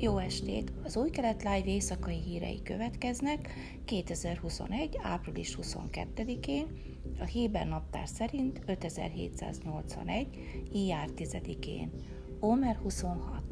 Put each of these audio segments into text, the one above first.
Jó estét! Az Új Kelet Live éjszakai hírei következnek 2021. április 22-én, a Héber naptár szerint 5781. ijár 10-én, Ómer 26.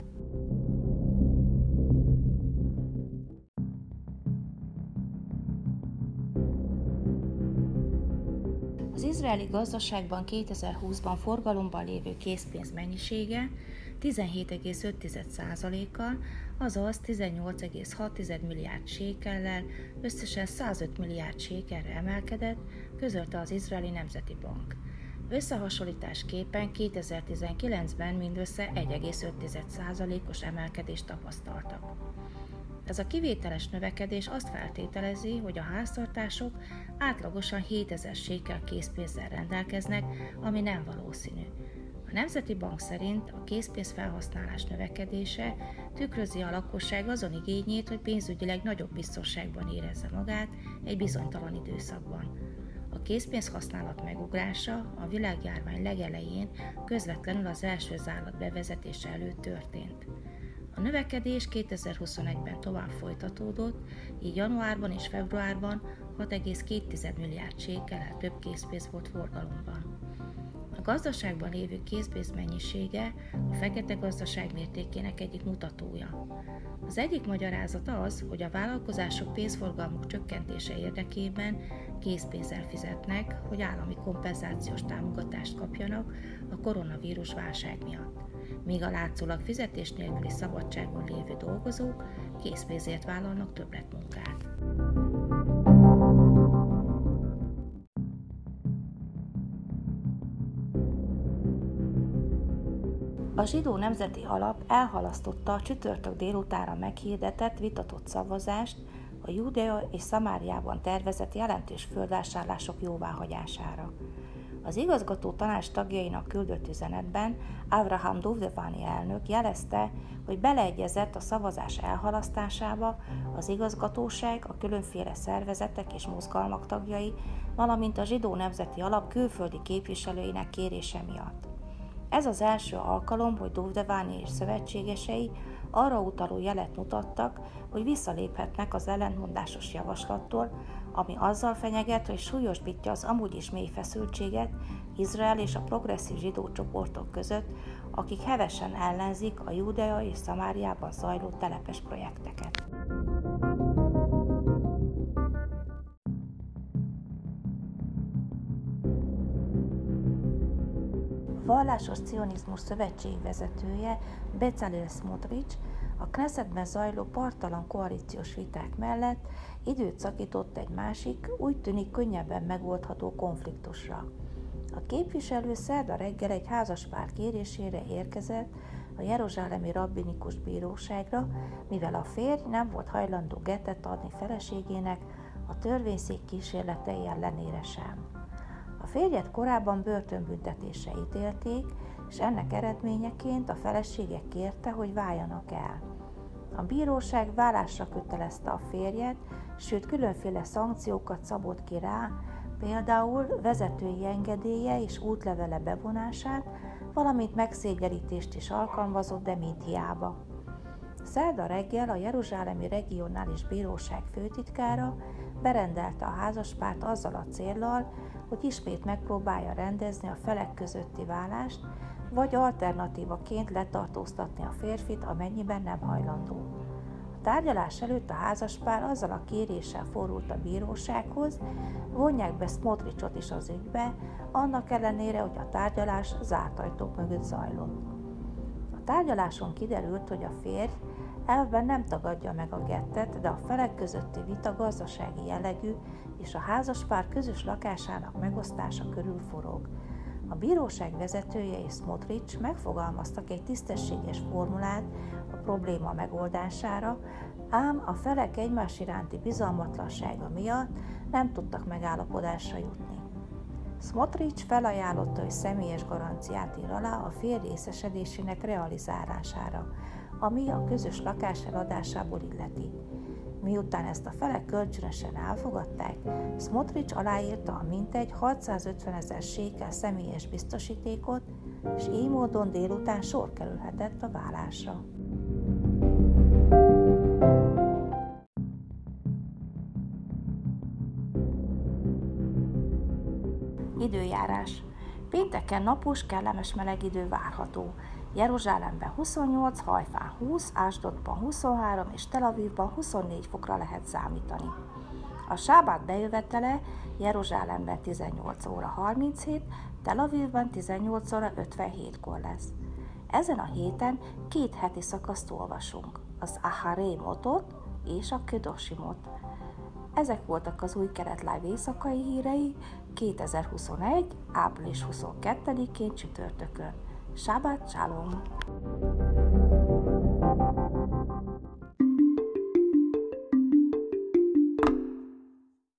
Az izraeli gazdaságban 2020-ban forgalomban lévő készpénz mennyisége 17,5%-kal, azaz 18,6 milliárd sékellel, összesen 105 milliárd sékelre emelkedett, közölte az Izraeli Nemzeti Bank. Összehasonlításképpen 2019-ben mindössze 1,5%-os emelkedést tapasztaltak. Ez a kivételes növekedés azt feltételezi, hogy a háztartások átlagosan 7000 sékel készpénzzel rendelkeznek, ami nem valószínű. A Nemzeti Bank szerint a készpénz felhasználás növekedése tükrözi a lakosság azon igényét, hogy pénzügyileg nagyobb biztonságban érezze magát egy bizonytalan időszakban. A készpénz használat megugrása a világjárvány legelején közvetlenül az első zárlat bevezetése előtt történt. A növekedés 2021-ben tovább folytatódott, így januárban és februárban 6,2 milliárd sékellel több készpénz volt forgalomban. A gazdaságban lévő készpénz mennyisége a fekete gazdaság mértékének egyik mutatója. Az egyik magyarázat az, hogy a vállalkozások pénzforgalmuk csökkentése érdekében készpénzzel fizetnek, hogy állami kompenzációs támogatást kapjanak a koronavírus válság miatt, míg a látszólag fizetés nélküli szabadságon lévő dolgozók készpénzért vállalnak többletmunkát. A Zsidó Nemzeti Alap elhalasztotta a csütörtök délutánra meghirdetett, vitatott szavazást a Júdea és Szamáriában tervezett jelentős földvásárlások jóváhagyására. Az igazgató tanács tagjainak küldött üzenetben Avraham Duvdevani elnök jelezte, hogy beleegyezett a szavazás elhalasztásába az igazgatóság, a különféle szervezetek és mozgalmak tagjai, valamint a Zsidó Nemzeti Alap külföldi képviselőinek kérése miatt. Ez az első alkalom, hogy Duvdevani és szövetségesei arra utaló jelet mutattak, hogy visszaléphetnek az ellentmondásos javaslattól, ami azzal fenyeget, hogy súlyosbítja az amúgy is mély feszültséget Izrael és a progresszív zsidó csoportok között, akik hevesen ellenzik a Júdea és Szamáriában zajló telepes projekteket. A Vallásos Cionizmus szövetség vezetője Bezalel Smotrich a Knessetben zajló parttalan koalíciós viták mellett időt szakított egy másik, úgy tűnik könnyebben megoldható konfliktusra. A képviselő szerda reggel egy házaspár kérésére érkezett a Jeruzsálemi Rabbinikus Bíróságra, mivel a férj nem volt hajlandó gettet adni feleségének a törvényszék kísérletei ellenére sem. A férjet korábban börtönbüntetésre ítélték, és ennek eredményeként a felesége kérte, hogy váljanak el. A bíróság vállásra kötelezte a férjet, sőt különféle szankciókat szabott ki rá, például vezetői engedélye és útlevele bevonását, valamint megszégyenítést is alkalmazott, de mind hiába. Szerda reggel a Jeruzsálemi Regionális Bíróság főtitkára berendelte a házaspárt azzal a céllal, hogy ismét megpróbálja rendezni a felek közötti válást, vagy alternatívaként letartóztatni a férfit, amennyiben nem hajlandó. A tárgyalás előtt a házaspár azzal a kéréssel fordult a bírósághoz, vonják be Smotrichot is az ügybe, annak ellenére, hogy a tárgyalás zárt ajtók mögött zajlott. A tárgyaláson kiderült, hogy a férj elvben nem tagadja meg a gettet, de a felek közötti vita gazdasági jellegű, és a házaspár közös lakásának megosztása körül forog. A bíróság vezetője és Smotrich megfogalmaztak egy tisztességes formulát a probléma megoldására, ám a felek egymás iránti bizalmatlansága miatt nem tudtak megállapodásra jutni. Smotrich felajánlotta, hogy személyes garanciát ír alá a férj részesedésének realizálására, ami a közös lakás eladásából illeti. Miután ezt a felek kölcsönösen elfogadták, Smotrich aláírta a mintegy 650 000 sékel személyes biztosítékot, és így módon délután sor kerülhetett a válásra. Időjárás. Pénteken napos, kellemes meleg idő várható. Jeruzsálemben 28, Hajfán 20, Ásdodban 23 és Tel Avivban 24 fokra lehet számítani. A sábát bejövetele Jeruzsálemben 18 óra 37, Tel Avivban 18 óra 57-kor lesz. Ezen a héten 2 heti szakaszt olvasunk, az Aharémotot és a Ködosimot. Ezek voltak az Új Kelet Live éjszakai hírei 2021. április 22-én csütörtökön. Sábát, shalom!